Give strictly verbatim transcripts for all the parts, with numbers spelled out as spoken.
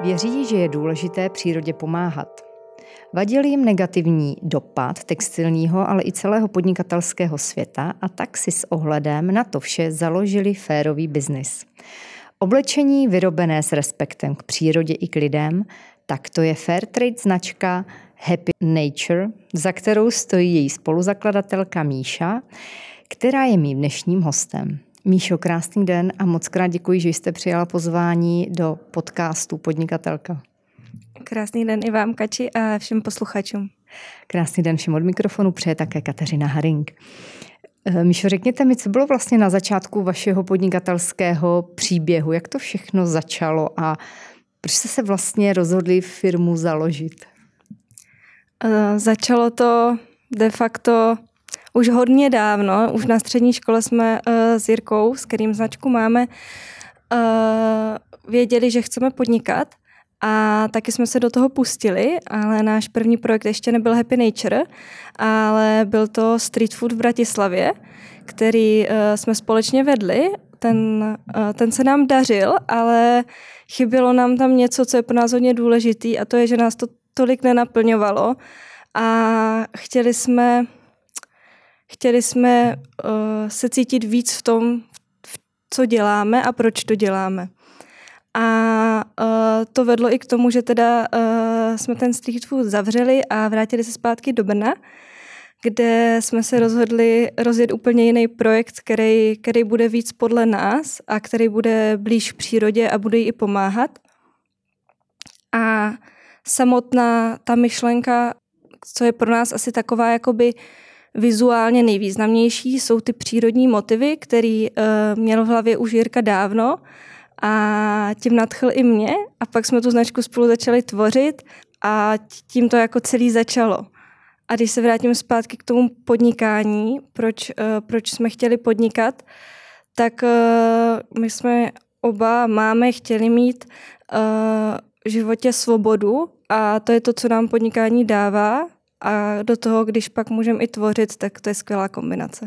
Věří, že je důležité přírodě pomáhat. Vadil jim negativní dopad textilního, ale i celého podnikatelského světa a tak si s ohledem na to vše založili férový biznis. Oblečení vyrobené s respektem k přírodě i k lidem, tak to je Fairtrade značka Happy Nature, za kterou stojí její spoluzakladatelka Míša, která je mým dnešním hostem. Míšo, krásný den a moc krát děkuji, že jste přijala pozvání do podcastu Podnikatelka. Krásný den i vám, Kači, a všem posluchačům. Krásný den všem od mikrofonu přeje také Kateřina Haring. Míšo, řekněte mi, co bylo vlastně na začátku vašeho podnikatelského příběhu? Jak to všechno začalo a proč jste se vlastně rozhodli firmu založit? Uh, začalo to de facto už hodně dávno. Už na střední škole jsme uh, s Jirkou, s kterým značku máme, uh, věděli, že chceme podnikat. A taky jsme se do toho pustili, ale náš první projekt ještě nebyl Happy Nature, ale byl to street food v Bratislavě, který uh, jsme společně vedli. Ten, uh, ten se nám dařil, ale chybělo nám tam něco, co je pro nás hodně důležitý, a to je, že nás to tolik nenaplňovalo a chtěli jsme, chtěli jsme uh, se cítit víc v tom, v, co děláme a proč to děláme. A uh, to vedlo i k tomu, že teda uh, jsme ten street food zavřeli a vrátili se zpátky do Brna, kde jsme se rozhodli rozjet úplně jiný projekt, který, který bude víc podle nás a který bude blíž přírodě a bude jí i pomáhat. A samotná ta myšlenka, co je pro nás asi taková jakoby vizuálně nejvýznamnější, jsou ty přírodní motivy, který uh, měl v hlavě už Jirka dávno, a tím nadchl i mě a pak jsme tu značku spolu začali tvořit a tím to jako celý začalo. A když se vrátím zpátky k tomu podnikání, proč, uh, proč jsme chtěli podnikat, tak uh, my jsme oba máme chtěli mít uh, v životě svobodu a to je to, co nám podnikání dává, a do toho, když pak můžeme i tvořit, tak to je skvělá kombinace.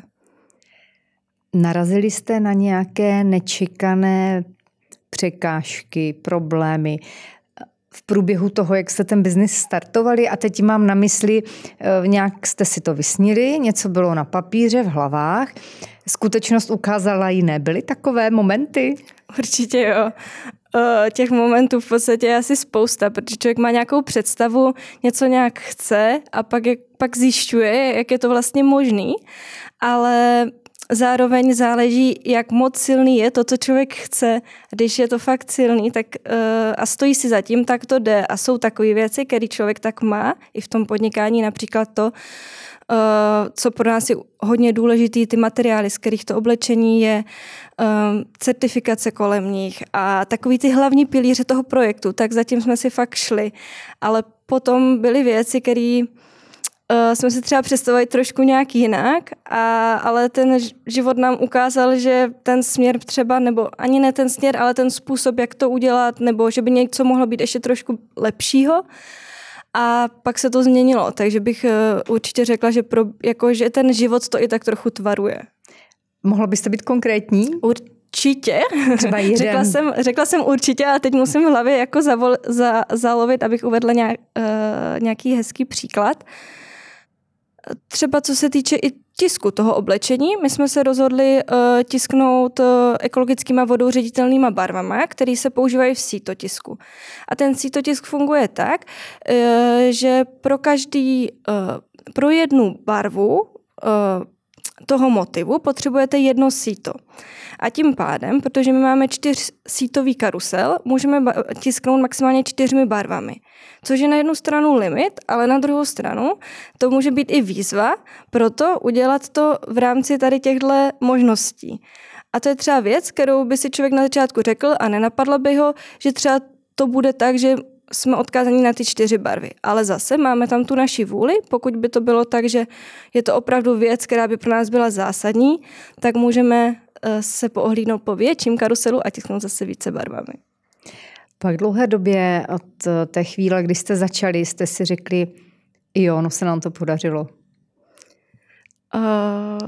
Narazili jste na nějaké nečekané překážky, problémy v průběhu toho, jak jste ten biznis startovali? A teď mám na mysli, nějak jste si to vysnili, něco bylo na papíře, v hlavách, skutečnost ukázala jiné. Byly takové momenty? Určitě jo. Těch momentů v podstatě je asi spousta, protože člověk má nějakou představu, něco nějak chce a pak, je, pak zjišťuje, jak je to vlastně možný, ale zároveň záleží, jak moc silný je to, co člověk chce. Když je to fakt silný tak, uh, a stojí si za tím, tak to jde. A jsou takové věci, které člověk tak má, i v tom podnikání, například to, uh, co pro nás je hodně důležitý, ty materiály, z kterých to oblečení je, um, certifikace kolem nich a takový ty hlavní pilíře toho projektu, tak zatím jsme si fakt šli. Ale potom byly věci, které Uh, jsme si třeba představili trošku nějak jinak, a, ale ten život nám ukázal, že ten směr třeba, nebo ani ne ten směr, ale ten způsob, jak to udělat, nebo že by něco mohlo být ještě trošku lepšího. A pak se to změnilo, takže bych uh, určitě řekla, že, pro, jako, že ten život to i tak trochu tvaruje. Mohla byste být konkrétní? Určitě. řekla, jsem, řekla jsem určitě a teď musím v hlavě jako zavol, za, zalovit, abych uvedla nějak, uh, nějaký hezký příklad. Třeba co se týče i tisku toho oblečení, my jsme se rozhodli uh, tisknout uh, ekologickýma vodou ředitelnýma barvama, které se používají v sítotisku. A ten sítotisk funguje tak, uh, že pro každý, uh, pro jednu barvu uh, toho motivu potřebujete jedno síto. A tím pádem, protože my máme čtyřsítový karusel, můžeme tisknout maximálně čtyřmi barvami. Což je na jednu stranu limit, ale na druhou stranu to může být i výzva, proto udělat to v rámci tady těchto možností. A to je třeba věc, kterou by si člověk na začátku řekl a nenapadlo by ho, že třeba to bude tak, že jsme odkázaní na ty čtyři barvy. Ale zase máme tam tu naši vůli, pokud by to bylo tak, že je to opravdu věc, která by pro nás byla zásadní, tak můžeme se poohlídnout po větším karuselu a tisknout zase více barvami. Pak dlouhé době od té chvíle, kdy jste začali, jste si řekli, jo, no se nám to podařilo. Uh,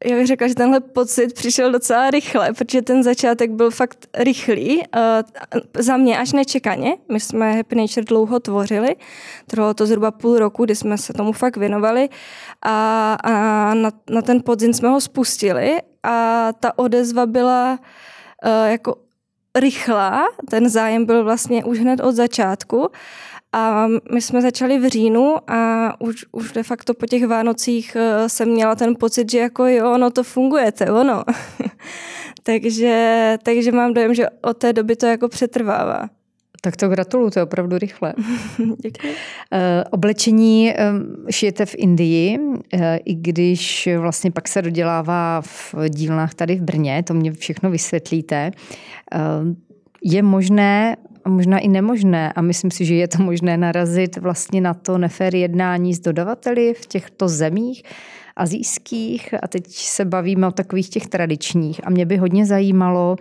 já bych řekla, že tenhle pocit přišel docela rychle, protože ten začátek byl fakt rychlý. Uh, za mě až nečekaně. My jsme Happy Nature dlouho tvořili. Trvalo to zhruba půl roku, kdy jsme se tomu fakt věnovali. A, a na, na ten podzim jsme ho spustili a ta odezva byla uh, jako rychlá. Ten zájem byl vlastně už hned od začátku. A my jsme začali v říjnu a už, už de facto po těch Vánocích uh, jsem měla ten pocit, že jako jo, no to funguje, to je ono. takže, takže mám dojem, že od té doby to jako přetrvává. Tak to gratuluju, to je opravdu rychle. Děkuji. Uh, oblečení um, šijete v Indii, uh, i když vlastně pak se dodělává v dílnách tady v Brně, to mě všechno vysvětlíte. Uh, je možné a možná i nemožné, a myslím si, že je to možné narazit vlastně na to nefér jednání s dodavateli v těchto zemích asijských, a teď se bavíme o takových těch tradičních. A mě by hodně zajímalo,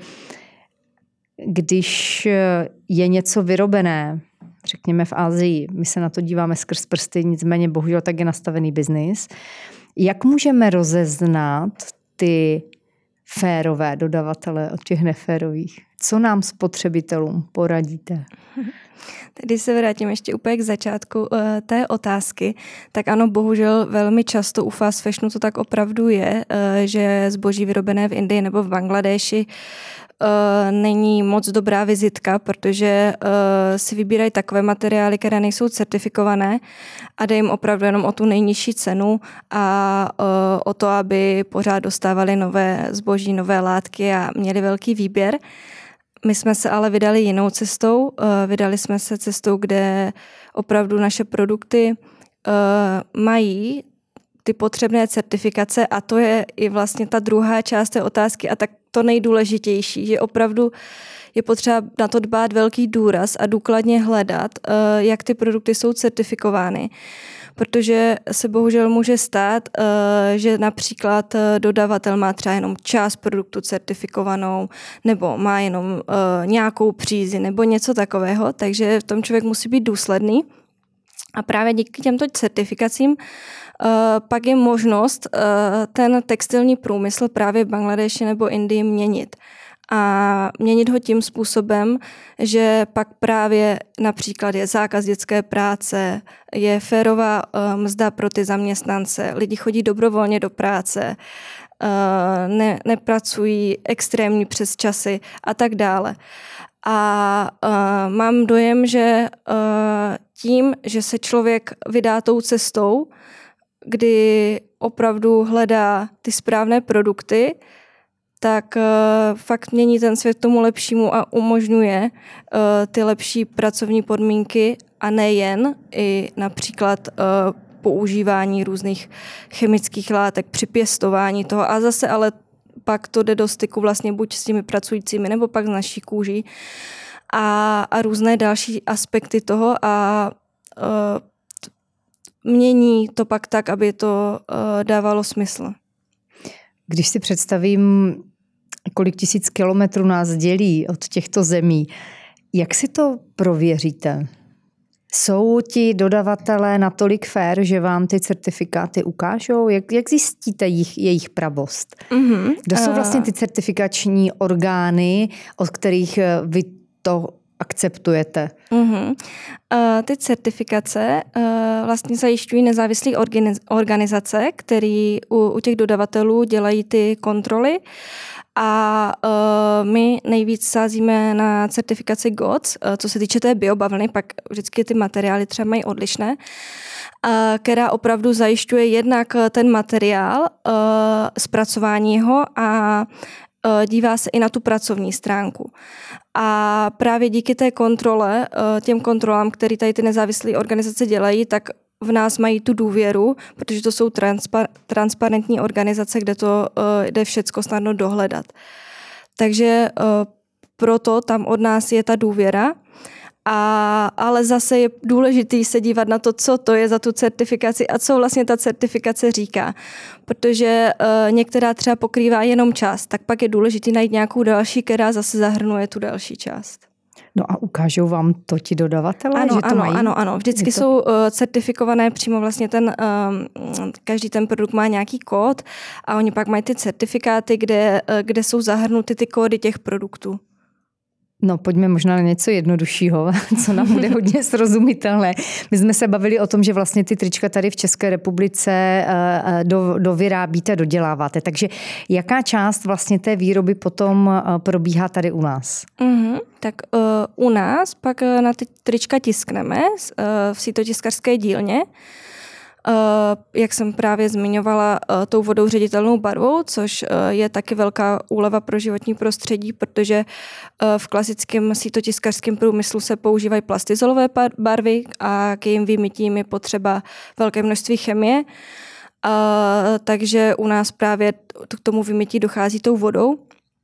když je něco vyrobené, řekněme v Asii, my se na to díváme skrz prsty, nicméně bohužel tak je nastavený biznis, jak můžeme rozeznat ty férové dodavatele od těch neférových? Co nám spotřebitelům poradíte? Když se vrátím ještě úplně k začátku uh, té otázky, tak ano, bohužel velmi často u fast fashionu to tak opravdu je, uh, že zboží vyrobené v Indii nebo v Bangladeši uh, není moc dobrá vizitka, protože uh, si vybírají takové materiály, které nejsou certifikované a jde jim opravdu jenom o tu nejnižší cenu a uh, o to, aby pořád dostávali nové zboží, nové látky a měli velký výběr. My jsme se ale vydali jinou cestou. Vydali jsme se cestou, kde opravdu naše produkty mají ty potřebné certifikace a to je i vlastně ta druhá část té otázky a tak to nejdůležitější, že opravdu je potřeba na to dbát velký důraz a důkladně hledat, jak ty produkty jsou certifikovány. Protože se bohužel může stát, že například dodavatel má třeba jenom část produktu certifikovanou nebo má jenom nějakou přízi nebo něco takového, takže v tom člověk musí být důsledný. A právě díky těmto certifikacím pak je možnost ten textilní průmysl právě v Bangladeši nebo Indii měnit. A měnit ho tím způsobem, že pak právě například je zákaz dětské práce, je férová mzda pro ty zaměstnance, lidi chodí dobrovolně do práce, ne, nepracují extrémní přesčasy a tak dále. A uh, mám dojem, že uh, tím, že se člověk vydá tou cestou, kdy opravdu hledá ty správné produkty, tak uh, fakt mění ten svět tomu lepšímu a umožňuje uh, ty lepší pracovní podmínky a nejen i například uh, používání různých chemických látek při pěstování toho a zase ale pak to jde do styku vlastně buď s těmi pracujícími nebo pak s naší kůží a, a různé další aspekty toho a uh, mění to pak tak, aby to uh, dávalo smysl. Když si představím, kolik tisíc kilometrů nás dělí od těchto zemí, jak si to prověříte? Jsou ti dodavatelé natolik fér, že vám ty certifikáty ukážou? Jak, jak zjistíte jejich, jejich pravost? Mm-hmm. Kdo jsou vlastně ty certifikační orgány, od kterých vy to akceptujete? Mm-hmm. Uh, ty certifikace uh, vlastně zajišťují nezávislé organizace, které u, u těch dodavatelů dělají ty kontroly. A uh, my nejvíc sázíme na certifikaci G O T S, uh, co se týče té biobavlny, pak vždycky ty materiály třeba mají odlišné, uh, která opravdu zajišťuje jednak ten materiál, uh, zpracování jeho a uh, dívá se i na tu pracovní stránku. A právě díky té kontrole, uh, těm kontrolám, které tady ty nezávislé organizace dělají, tak v nás mají tu důvěru, protože to jsou transpa- transparentní organizace, kde to uh, jde všecko snadno dohledat. Takže uh, proto tam od nás je ta důvěra, a, ale zase je důležitý se dívat na to, co to je za tu certifikaci a co vlastně ta certifikace říká. Protože uh, některá třeba pokrývá jenom část, tak pak je důležitý najít nějakou další, která zase zahrnuje tu další část. No a ukážou vám to ti dodavatelé, ano, že to ano, mají? Ano, ano, vždycky to... jsou uh, certifikované přímo vlastně ten, um, každý ten produkt má nějaký kód a oni pak mají ty certifikáty, kde, uh, kde jsou zahrnuty ty kódy těch produktů. No pojďme možná na něco jednoduššího, co nám bude hodně srozumitelné. My jsme se bavili o tom, že vlastně ty trička tady v České republice do, dovyrábíte, doděláváte. Takže jaká část vlastně té výroby potom probíhá tady u nás? Mm-hmm. Tak uh, u nás pak na ty trička tiskneme uh, v sítotiskarské dílně. Uh, jak jsem právě zmiňovala, uh, tou vodou ředitelnou barvou, což uh, je taky velká úleva pro životní prostředí, protože uh, v klasickém sítotiskarském průmyslu se používají plastizolové barvy a k jejím vymytím je potřeba velké množství chemie. Uh, takže u nás právě k tomu vymytí dochází tou vodou.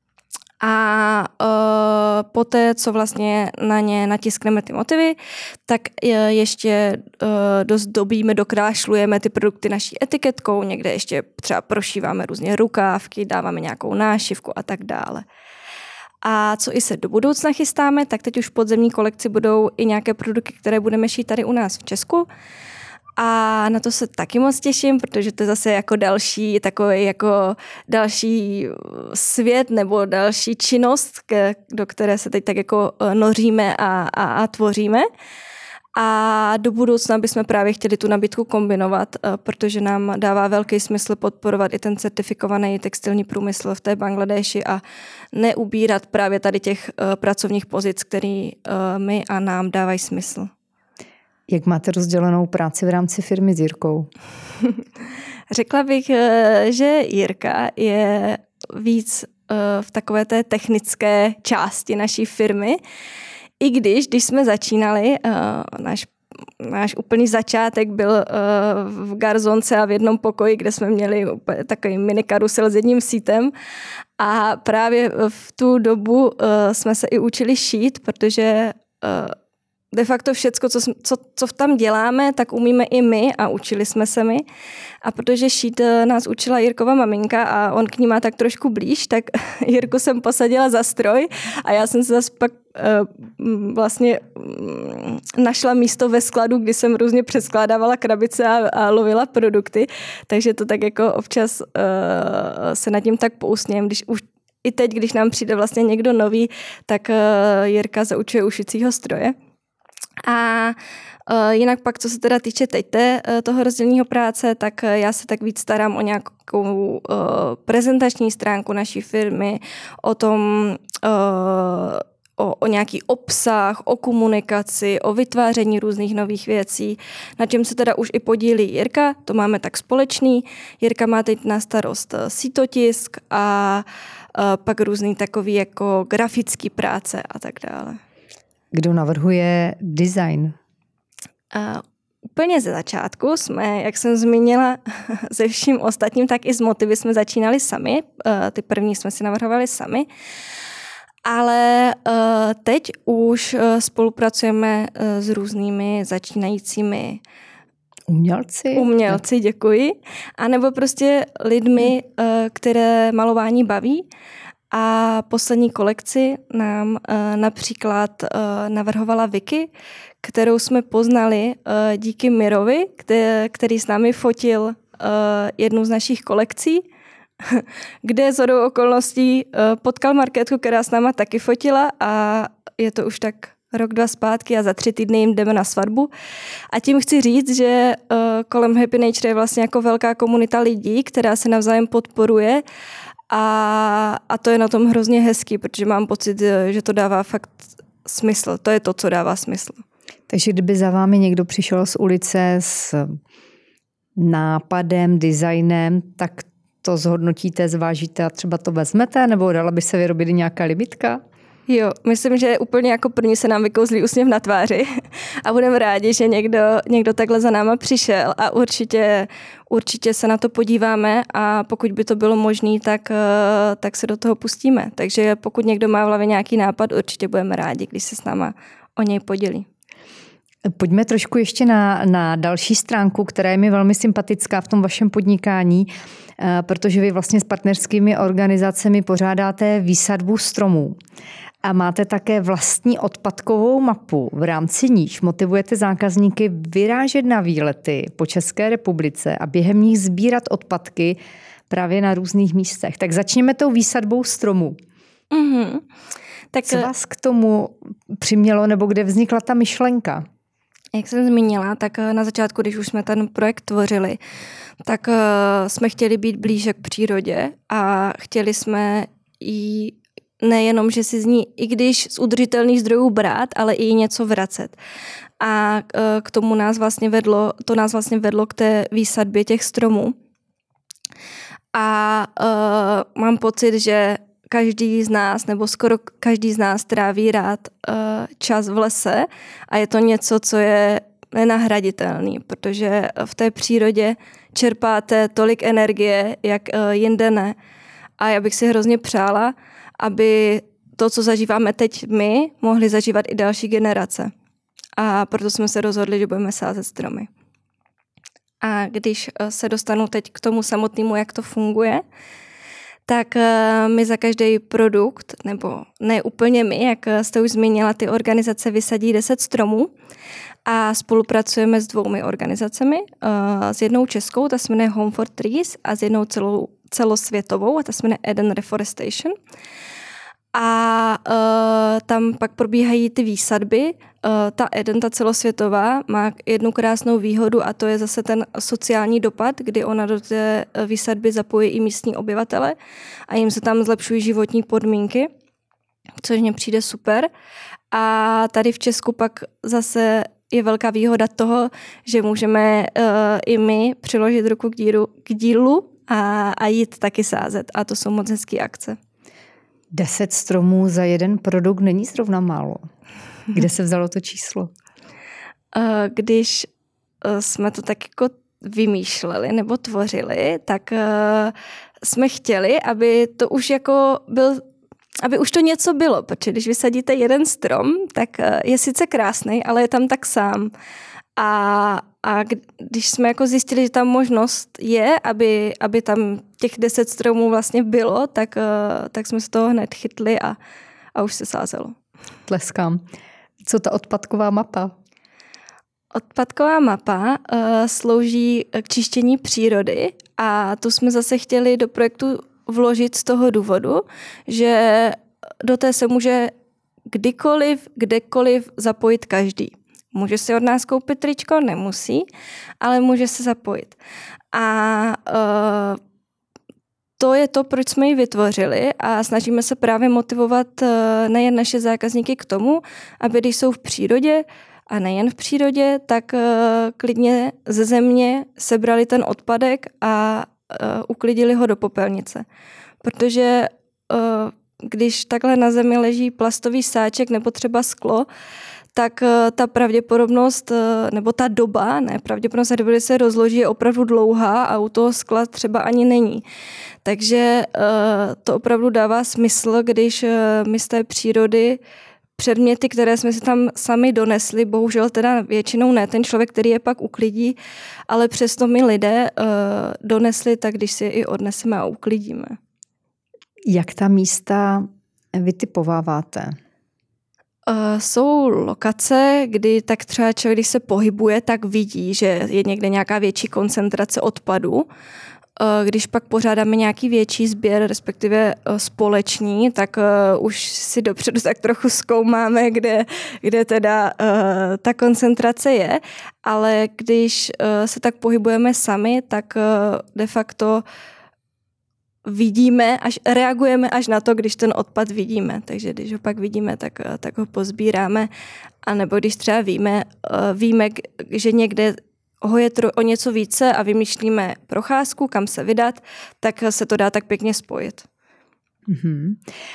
A uh, poté, co vlastně na ně natiskneme ty motivy, tak ještě uh, dozdobíme, dokrášlujeme ty produkty naší etiketkou, někde ještě třeba prošíváme různě rukávky, dáváme nějakou nášivku a tak dále. A co i se do budoucna chystáme, tak teď už v podzemní kolekci budou i nějaké produkty, které budeme šít tady u nás v Česku. A na to se taky moc těším, protože to je zase jako další takový jako další svět nebo další činnost, do které se teď tak jako noříme a, a, a tvoříme. A do budoucna bychom právě chtěli tu nabídku kombinovat, protože nám dává velký smysl podporovat i ten certifikovaný textilní průmysl v té Bangladeši a neubírat právě tady těch pracovních pozic, které my a nám dávají smysl. Jak máte rozdělenou práci v rámci firmy s Jirkou? Řekla bych, že Jirka je víc v takové té technické části naší firmy. I když, když jsme začínali, náš, náš úplný začátek byl v garzonce a v jednom pokoji, kde jsme měli takový mini karusel s jedním sítem. A právě v tu dobu jsme se i učili šít, protože de facto všecko, co, co, co tam děláme, tak umíme i my a učili jsme se my. A protože šít nás učila Jirkova maminka a on k ní má tak trošku blíž, tak Jirku jsem posadila za stroj a já jsem se zase pak uh, vlastně um, našla místo ve skladu, kdy jsem různě přeskládávala krabice a, a lovila produkty. Takže to tak jako občas uh, se nad tím tak pousněm, když už i teď, když nám přijde vlastně někdo nový, tak uh, Jirka zaučuje u šicího stroje. A uh, jinak pak, co se teda týče teď té, uh, toho rozdělního práce, tak uh, já se tak víc starám o nějakou uh, prezentační stránku naší firmy, o tom, uh, o, o nějaký obsah, o komunikaci, o vytváření různých nových věcí, na čem se teda už i podílí Jirka, to máme tak společný. Jirka má teď na starost sítotisk a uh, pak různý takový jako grafický práce a tak dále. Kdo navrhuje design? Uh, úplně ze začátku jsme, jak jsem zmínila, se vším ostatním, tak i s motivy jsme začínali sami. Uh, ty první jsme si navrhovali sami. Ale uh, teď už uh, spolupracujeme uh, s různými začínajícími Umělci? Umělci, děkuji. A nebo prostě lidmi, uh, které malování baví. A poslední kolekci nám uh, například uh, navrhovala Vicky, kterou jsme poznali uh, díky Mirovi, kde, který s námi fotil uh, jednu z našich kolekcí, kde shodou okolností uh, potkal Markétku, která s náma taky fotila a je to už tak rok, dva zpátky a za tři týdny jim jdeme na svatbu. A tím chci říct, že uh, kolem Happy Nature je vlastně jako velká komunita lidí, která se navzájem podporuje. A, a to je na tom hrozně hezký, protože mám pocit, že to dává fakt smysl. To je to, co dává smysl. Takže kdyby za vámi někdo přišel z ulice s nápadem, designem, tak to zhodnotíte, zvážíte a třeba to vezmete? Nebo dala by se vyrobit nějaká limitka? Jo, myslím, že úplně jako první se nám vykouzlí úsměv na tváři a budeme rádi, že někdo, někdo takhle za náma přišel a určitě, určitě se na to podíváme a pokud by to bylo možné, tak, tak se do toho pustíme. Takže pokud někdo má v hlavě nějaký nápad, určitě budeme rádi, když se s náma o něj podělí. Pojďme trošku ještě na, na další stránku, která je mi velmi sympatická v tom vašem podnikání, protože vy vlastně s partnerskými organizacemi pořádáte výsadbu stromů. A máte také vlastní odpadkovou mapu, v rámci níž motivujete zákazníky vyrážet na výlety po České republice a během nich sbírat odpadky právě na různých místech. Tak začněme tou výsadbou stromů. Mm-hmm. Tak co vás k tomu přimělo, nebo kde vznikla ta myšlenka? Jak jsem zmínila, tak na začátku, když už jsme ten projekt tvořili, tak jsme chtěli být blíže k přírodě a chtěli jsme jí nejenom, že si z ní, i když z udržitelných zdrojů brát, ale i něco vracet. A k tomu nás vlastně vedlo, to nás vlastně vedlo k té výsadbě těch stromů. A uh, mám pocit, že každý z nás, nebo skoro každý z nás tráví rád uh, čas v lese a je to něco, co je nenahraditelný, protože v té přírodě čerpáte tolik energie, jak uh, jinde ne. A já bych si hrozně přála, aby to, co zažíváme teď my, mohli zažívat i další generace. A proto jsme se rozhodli, že budeme sázet stromy. A když se dostanu teď k tomu samotnému, jak to funguje, tak my za každý produkt, nebo ne úplně my, jak jste už zmínila, ty organizace vysadí deset stromů a spolupracujeme s dvoumi organizacemi, s jednou českou, ta se jmenuje Home for Trees, a s jednou celou, celosvětovou, a ta se jmenuje Eden Reforestation. A uh, tam pak probíhají ty výsadby. Uh, ta Eden, ta celosvětová, má jednu krásnou výhodu a to je zase ten sociální dopad, kdy ona do té výsadby zapojí i místní obyvatele a jim se tam zlepšují životní podmínky, což mně přijde super. A tady v Česku pak zase je velká výhoda toho, že můžeme uh, i my přiložit ruku k dílu, k dílu a, a jít taky sázet. A to jsou moc hezký akce. Deset stromů za jeden produkt není zrovna málo. Kde se vzalo to číslo? Když jsme to tak jako vymýšleli nebo tvořili, tak jsme chtěli, aby to už jako byl, aby už to něco bylo, protože když vysadíte jeden strom, tak je sice krásný, ale je tam tak sám. A, a když jsme jako zjistili, že tam možnost je, aby, aby tam těch deset stromů vlastně bylo, tak, tak jsme se toho hned chytli a, a už se sázelo. Tleskám. Co ta odpadková mapa? Odpadková mapa uh, slouží k čištění přírody a tu jsme zase chtěli do projektu vložit z toho důvodu, že do té se může kdykoliv, kdekoliv zapojit každý. Může si od nás koupit tričko, nemusí, ale může se zapojit. A uh, to je to, proč jsme ji vytvořili a snažíme se právě motivovat uh, nejen naše zákazníky k tomu, aby když jsou v přírodě a nejen v přírodě, tak uh, klidně ze země sebrali ten odpadek a uh, uklidili ho do popelnice. Protože uh, když takhle na zemi leží plastový sáček nebo třeba sklo, tak ta pravděpodobnost, nebo ta doba, ne, pravděpodobnost, kdy se rozloží, je opravdu dlouhá a u toho skla třeba ani není. Takže to opravdu dává smysl, když my z té přírody předměty, které jsme si tam sami donesli, bohužel teda většinou ne ten člověk, který je pak uklidí, ale přesto my lidé donesli, tak když si je i odneseme a uklidíme. Jak ta místa vytipováváte? Uh, jsou lokace, kdy tak třeba člověk, když se pohybuje, tak vidí, že je někde nějaká větší koncentrace odpadu. Uh, když pak pořádáme nějaký větší sběr, respektive uh, společný, tak uh, už si dopředu tak trochu zkoumáme, kde, kde teda uh, ta koncentrace je. Ale když uh, se tak pohybujeme sami, tak uh, de facto vidíme, až reagujeme až na to, když ten odpad vidíme. Takže když ho pak vidíme, tak, tak ho pozbíráme. A nebo když třeba víme, víme, že někde ho je tro, o něco více a vymýšlíme procházku, kam se vydat, tak se to dá tak pěkně spojit. Mm-hmm.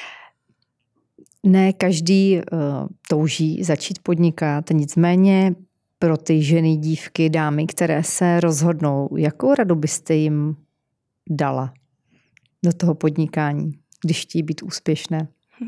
Ne každý uh, touží začít podnikat, nicméně pro ty ženy, dívky, dámy, které se rozhodnou, jakou radu byste jim dala do toho podnikání, když chtějí být úspěšné?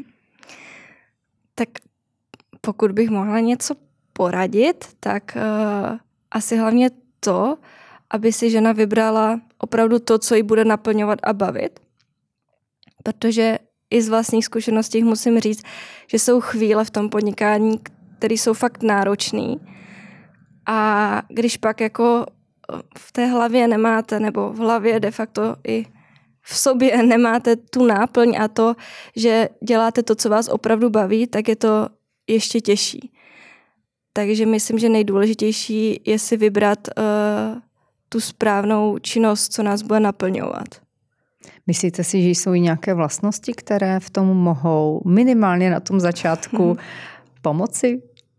Tak pokud bych mohla něco poradit, tak uh, asi hlavně to, aby si žena vybrala opravdu to, co ji bude naplňovat a bavit. Protože i z vlastních zkušeností musím říct, že jsou chvíle v tom podnikání, které jsou fakt náročné. A když pak jako v té hlavě nemáte, nebo v hlavě de facto i v sobě nemáte tu náplň a to, že děláte to, co vás opravdu baví, tak je to ještě těžší. Takže myslím, že nejdůležitější je si vybrat uh, tu správnou činnost, co nás bude naplňovat. Myslíte si, že jsou i nějaké vlastnosti, které v tom mohou minimálně na tom začátku hmm. pomoci?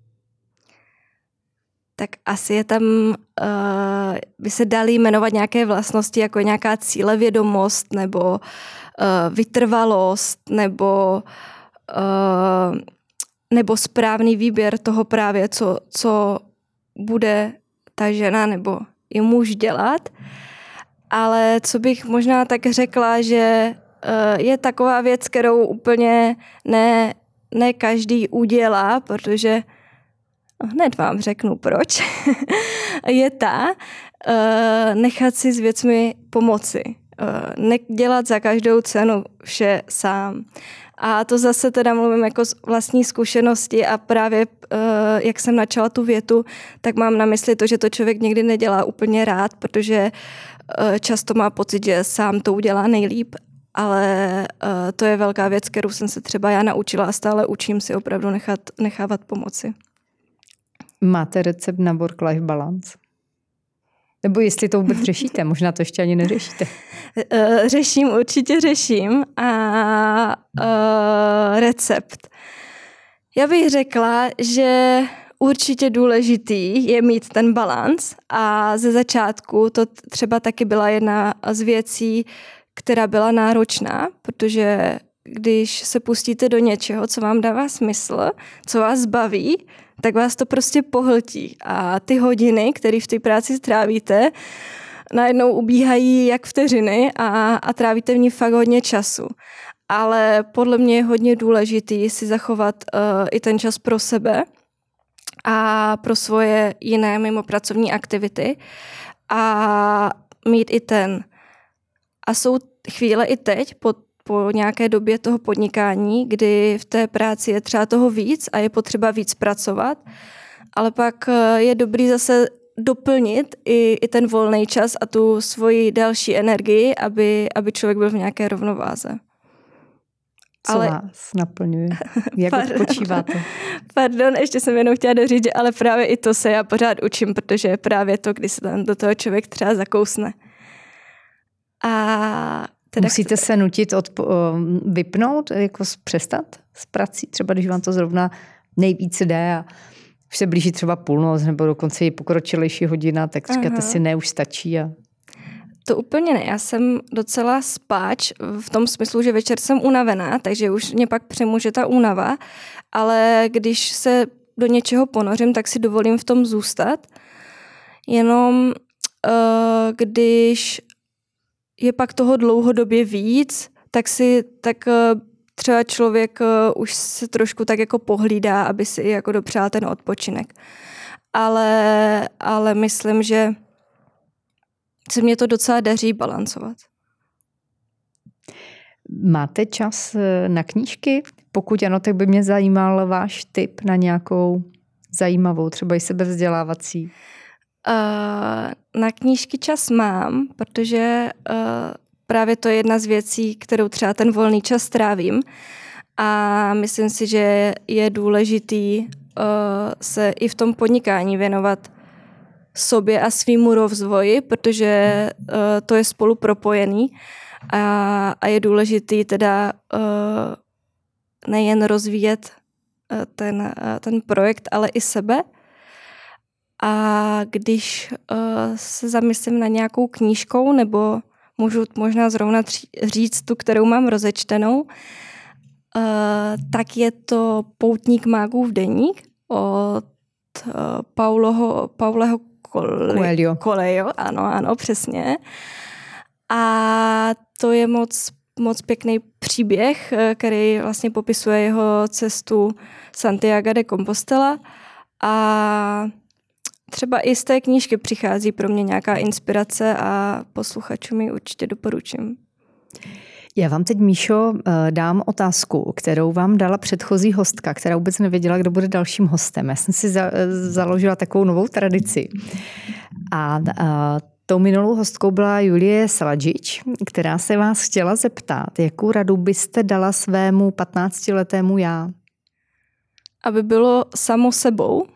Tak asi je tam, uh, by se daly jmenovat nějaké vlastnosti, jako nějaká cílevědomost, nebo uh, vytrvalost, nebo, uh, nebo správný výběr toho právě, co, co bude ta žena nebo i muž dělat. Ale co bych možná tak řekla, že uh, je taková věc, kterou úplně ne, ne každý udělá, protože hned vám řeknu proč, je ta uh, nechat si s věcmi pomoci. Uh, nedělat za každou cenu vše sám. A to zase teda mluvím jako z vlastní zkušenosti a právě uh, jak jsem načala tu větu, tak mám na mysli to, že to člověk někdy nedělá úplně rád, protože uh, často má pocit, že sám to udělá nejlíp, ale uh, to je velká věc, kterou jsem se třeba já naučila a stále učím si opravdu nechat, nechávat pomoci. Máte recept na work-life balance? Nebo jestli to vůbec řešíte, možná to ještě ani neřešíte. Řeším, určitě řeším. A uh, recept. Já bych řekla, že určitě důležitý je mít ten balans a ze začátku to třeba taky byla jedna z věcí, která byla náročná, protože když se pustíte do něčeho, co vám dává smysl, co vás baví, tak vás to prostě pohltí. A ty hodiny, které v té práci strávíte, najednou ubíhají jak vteřiny a, a trávíte v ní fakt hodně času. Ale podle mě je hodně důležitý si zachovat uh, i ten čas pro sebe a pro svoje jiné mimopracovní aktivity a mít i ten. A jsou chvíle i teď, po po nějaké době toho podnikání, kdy v té práci je třeba toho víc a je potřeba víc pracovat, ale pak je dobrý zase doplnit i, i ten volný čas a tu svoji další energii, aby, aby člověk byl v nějaké rovnováze. Co ale... vás naplňuje? Jak odpočíváte? Pardon, ještě jsem jenom chtěla doříct, že ale právě i to se já pořád učím, protože je právě to, když se tam do toho člověk třeba zakousne. A musíte se nutit odpo- vypnout, jako přestat s prací, třeba když vám to zrovna nejvíc jde a už se blíží třeba půlnoc nebo dokonce i pokročilejší hodina, tak říkáte si, ne, už stačí. A... To úplně ne, já jsem docela spáč v tom smyslu, že večer jsem unavená, takže už mě pak přemůže ta únava, ale když se do něčeho ponořím, tak si dovolím v tom zůstat, jenom uh, když je pak toho dlouhodobě víc, tak si tak třeba člověk už se trošku tak jako pohlídá, aby si jako dopřál ten odpočinek. Ale, ale myslím, že se mě to docela daří balancovat. Máte čas na knížky? Pokud ano, tak by mě zajímal váš tip na nějakou zajímavou, třeba i sebevzdělávací. Uh, na knížky čas mám, protože uh, právě to je jedna z věcí, kterou třeba ten volný čas trávím a myslím si, že je důležitý uh, se i v tom podnikání věnovat sobě a svýmu rozvoji, protože uh, to je spolu propojený a, a je důležitý teda uh, nejen rozvíjet uh, ten, uh, ten projekt, ale i sebe. A když uh, se zamyslím na nějakou knížkou, nebo můžu možná zrovna tři, říct tu, kterou mám rozečtenou, uh, tak je to Poutník mágův deník od uh, Pauloho, Pauleho Coelho. Coelho. Ano, ano, přesně. A to je moc, moc pěkný příběh, který vlastně popisuje jeho cestu Santiago de Compostela a třeba i z té knížky přichází pro mě nějaká inspirace a posluchačům ji určitě doporučím. Já vám teď, Míšo, dám otázku, kterou vám dala předchozí hostka, která vůbec nevěděla, kdo bude dalším hostem. Já jsem si za, založila takovou novou tradici. A, a tou minulou hostkou byla Julie Saladžič, která se vás chtěla zeptat, jakou radu byste dala svému patnáctiletému já? Aby bylo samo sebou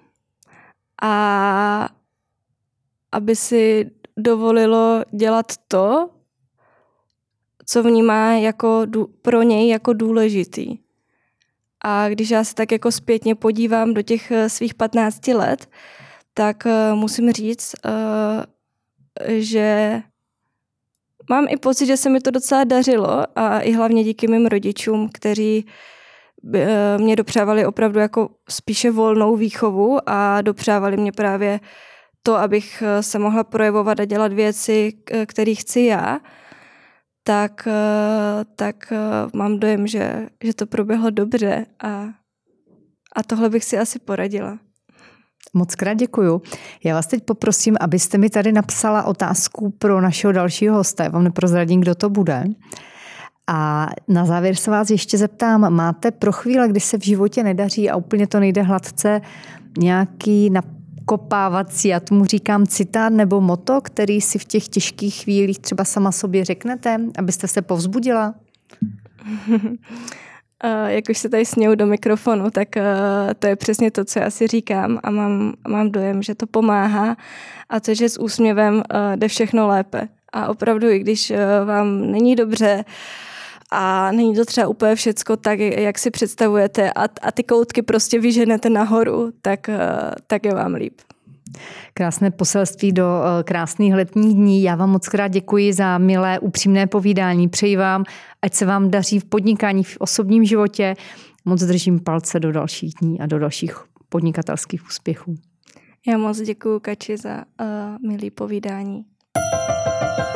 a aby si dovolilo dělat to, co vnímá jako pro něj jako důležitý. A když já se tak jako zpětně podívám do těch svých patnácti let, tak musím říct, že mám i pocit, že se mi to docela dařilo a i hlavně díky mým rodičům, kteří mě dopřávali opravdu jako spíše volnou výchovu a dopřávali mě právě to, abych se mohla projevovat a dělat věci, které chci já, tak, tak mám dojem, že, že to proběhlo dobře a, a tohle bych si asi poradila. Moc krát děkuju. Já vás teď poprosím, abyste mi tady napsala otázku pro našeho dalšího hosta. Já vám neprozradím, kdo to bude. A na závěr se vás ještě zeptám, máte pro chvíle, kdy se v životě nedaří a úplně to nejde hladce, nějaký nakopávací, já tomu říkám citát nebo motto, který si v těch těžkých chvílích třeba sama sobě řeknete, abyste se povzbudila? Jak už se tady směju do mikrofonu, tak to je přesně to, co já si říkám a mám, mám dojem, že to pomáhá a to, že s úsměvem jde všechno lépe. A opravdu, i když vám není dobře a není to třeba úplně všecko tak, jak si představujete a, a ty koutky prostě vyženete nahoru, tak, tak je vám líp. Krásné poselství do krásných letních dní. Já vám moc krát děkuji za milé, upřímné povídání. Přeji vám, ať se vám daří v podnikání, v osobním životě. Moc držím palce do dalších dní a do dalších podnikatelských úspěchů. Já moc děkuji, Kači, za uh, milé povídání.